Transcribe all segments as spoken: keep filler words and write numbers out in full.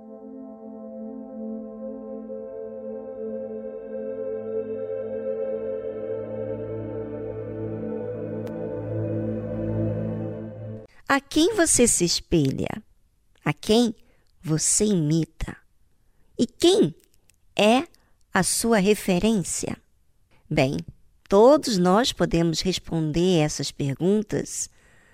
A quem você se espelha? A quem você imita? E quem é a sua referência? Bem, todos nós podemos responder essas perguntas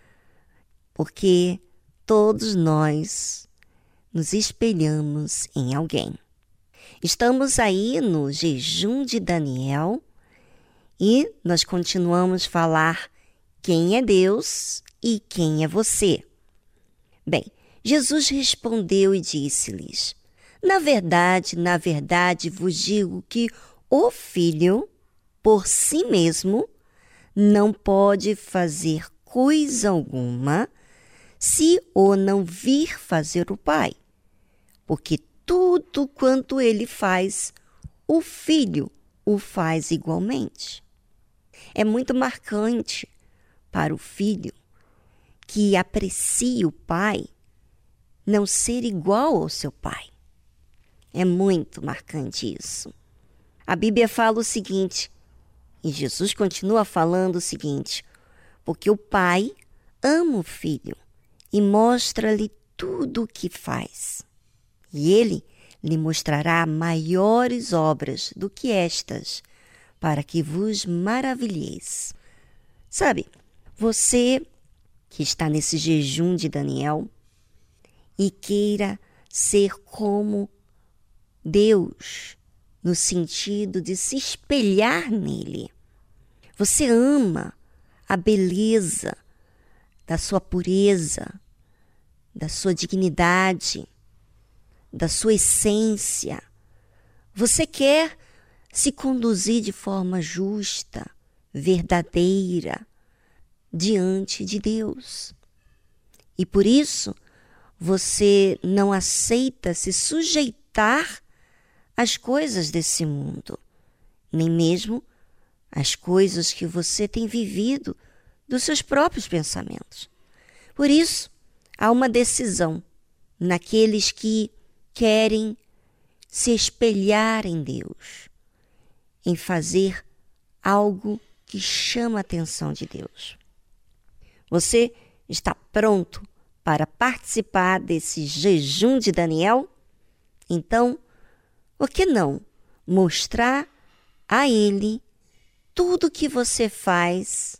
porque todos nós nos espelhamos em alguém. Estamos aí no jejum de Daniel e nós continuamos a falar quem é Deus e quem é você. Bem, Jesus respondeu e disse-lhes: Na verdade, na verdade vos digo que o Filho, por si mesmo, não pode fazer coisa alguma se o não vir fazer o Pai, porque tudo quanto ele faz, o Filho o faz igualmente. É muito marcante para o Filho que aprecia o Pai não ser igual ao seu Pai. É muito marcante isso. A Bíblia fala o seguinte, e Jesus continua falando o seguinte, porque o Pai ama o Filho e mostra-lhe tudo o que faz. E ele lhe mostrará maiores obras do que estas, para que vos maravilheis. Sabe, você que está nesse jejum de Daniel e queira ser como Deus, no sentido de se espelhar nele. Você ama a beleza da sua pureza, da sua dignidade, da sua essência. Você quer se conduzir de forma justa, verdadeira, diante de Deus. E por isso, você não aceita se sujeitar às coisas desse mundo, nem mesmo às coisas que você tem vivido dos seus próprios pensamentos. Por isso, há uma decisão naqueles que querem se espelhar em Deus, em fazer algo que chama a atenção de Deus. Você está pronto para participar desse jejum de Daniel? Então, por que não mostrar a Ele tudo que você faz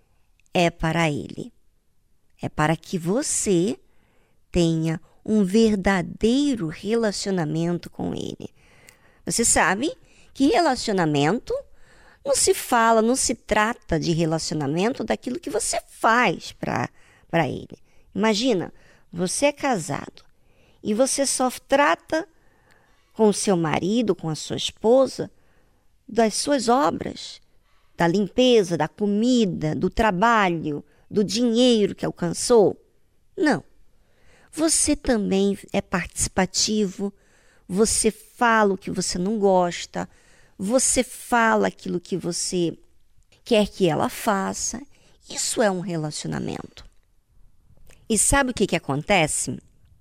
é para Ele? É para que você tenha um verdadeiro relacionamento com Ele. Você sabe que relacionamento não se fala, não se trata de relacionamento daquilo que você faz para para Ele. Imagina, você é casado e você só trata com o seu marido, com a sua esposa, das suas obras, da limpeza, da comida, do trabalho, do dinheiro que alcançou. Não. Você também é participativo, você fala o que você não gosta, você fala aquilo que você quer que ela faça. Isso é um relacionamento. E sabe o que, que acontece?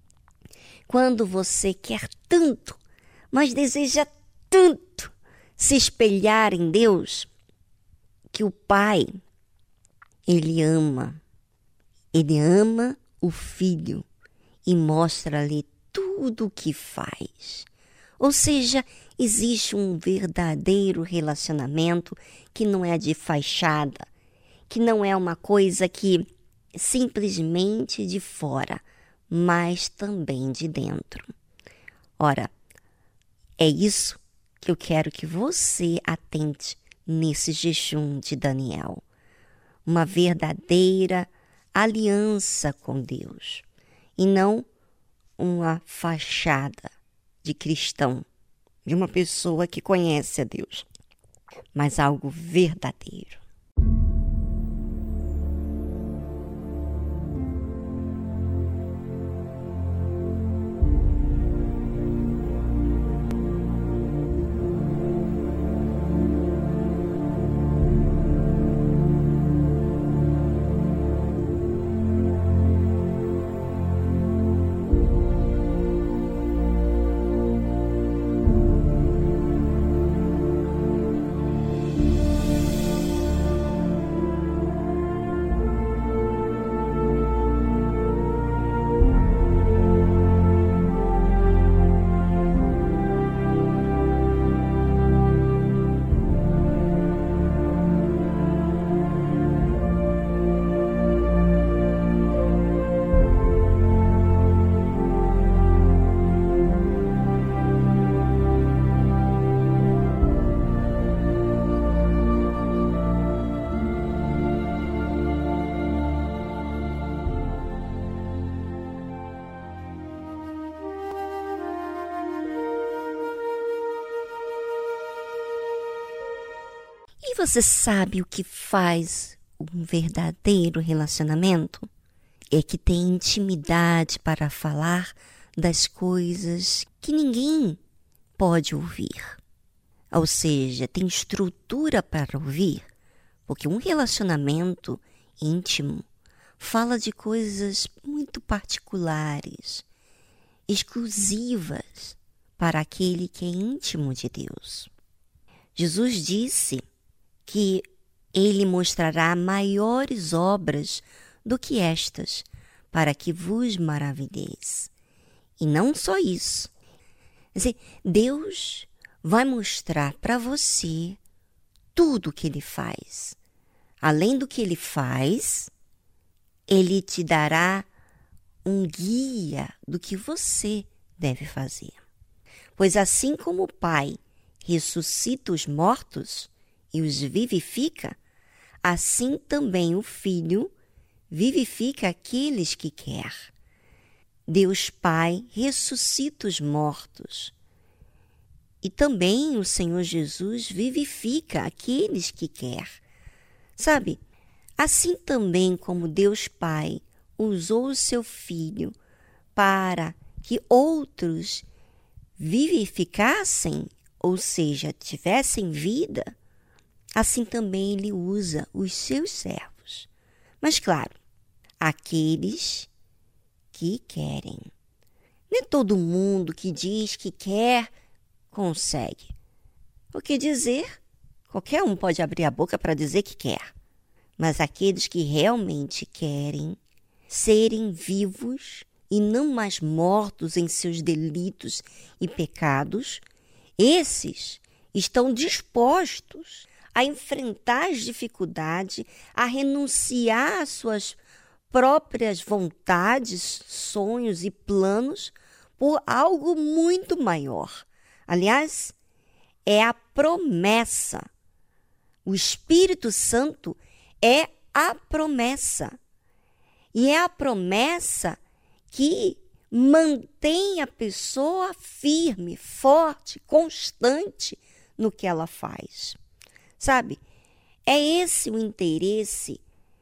Quando você quer tanto, mas deseja tanto se espelhar em Deus, que o Pai, Ele ama, Ele ama o Filho e mostra-lhe tudo o que faz. Ou seja, existe um verdadeiro relacionamento que não é de fachada, que não é uma coisa que simplesmente de fora, mas também de dentro. Ora, é isso que eu quero que você atente nesse jejum de Daniel. Uma verdadeira aliança com Deus e não uma fachada de cristão, de uma pessoa que conhece a Deus, mas algo verdadeiro. E você sabe o que faz um verdadeiro relacionamento? É que tem intimidade para falar das coisas que ninguém pode ouvir. Ou seja, tem estrutura para ouvir, porque um relacionamento íntimo fala de coisas muito particulares, exclusivas para aquele que é íntimo de Deus. Jesus disse que ele mostrará maiores obras do que estas, para que vos maravilheis. E não só isso. Quer dizer, Deus vai mostrar para você tudo o que Ele faz. Além do que Ele faz, Ele te dará um guia do que você deve fazer. Pois assim como o Pai ressuscita os mortos e os vivifica, assim também o Filho vivifica aqueles que quer. Deus Pai ressuscita os mortos. E também o Senhor Jesus vivifica aqueles que quer. Sabe, assim também como Deus Pai usou o seu Filho para que outros vivificassem, ou seja, tivessem vida, assim também Ele usa os seus servos. Mas claro, aqueles que querem. Nem todo mundo que diz que quer, consegue. O que dizer? Qualquer um pode abrir a boca para dizer que quer. Mas aqueles que realmente querem serem vivos e não mais mortos em seus delitos e pecados, esses estão dispostos a enfrentar as dificuldades, a renunciar às suas próprias vontades, sonhos e planos por algo muito maior. Aliás, é a promessa. O Espírito Santo é a promessa. E é a promessa que mantém a pessoa firme, forte, constante no que ela faz. Sabe, é esse o interesse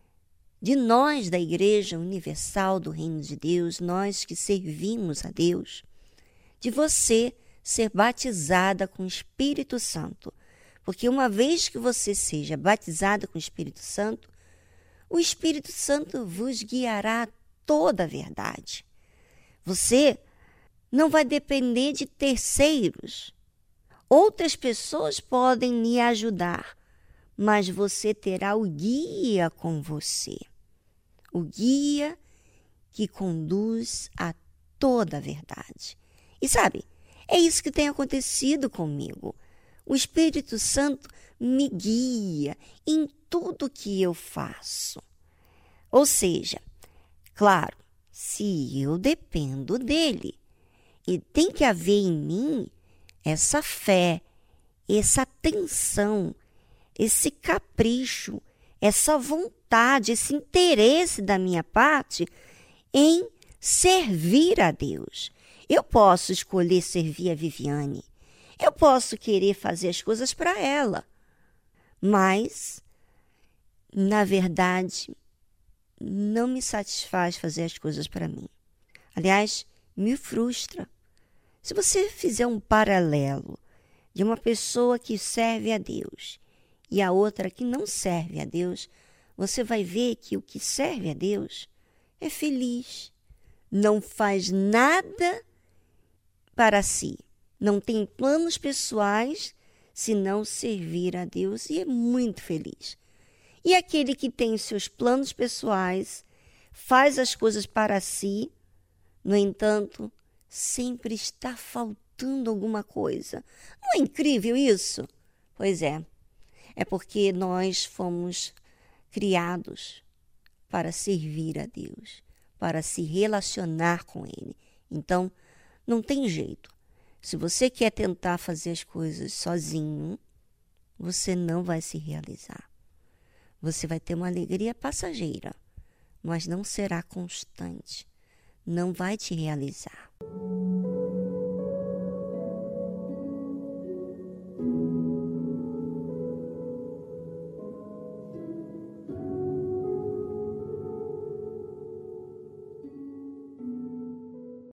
de nós da Igreja Universal do Reino de Deus, nós que servimos a Deus, de você ser batizada com o Espírito Santo. Porque uma vez que você seja batizada com o Espírito Santo, o Espírito Santo vos guiará a toda a verdade. Você não vai depender de terceiros. Outras pessoas podem lhe ajudar, mas você terá o guia com você. O guia que conduz a toda a verdade. E sabe, é isso que tem acontecido comigo. O Espírito Santo me guia em tudo que eu faço. Ou seja, claro, se eu dependo dele, e tem que haver em mim essa fé, essa atenção, esse capricho, essa vontade, esse interesse da minha parte em servir a Deus. Eu posso escolher servir a Viviane, eu posso querer fazer as coisas para ela, mas, na verdade, não me satisfaz fazer as coisas para mim. Aliás, me frustra. Se você fizer um paralelo de uma pessoa que serve a Deus e a outra que não serve a Deus, você vai ver que o que serve a Deus é feliz, não faz nada para si, não tem planos pessoais senão servir a Deus e é muito feliz. E aquele que tem os seus planos pessoais, faz as coisas para si, no entanto, sempre está faltando alguma coisa. Não é incrível isso? Pois é, é porque nós fomos criados para servir a Deus, para se relacionar com Ele. Então, não tem jeito. Se você quer tentar fazer as coisas sozinho, você não vai se realizar. Você vai ter uma alegria passageira, mas não será constante. Não vai te realizar.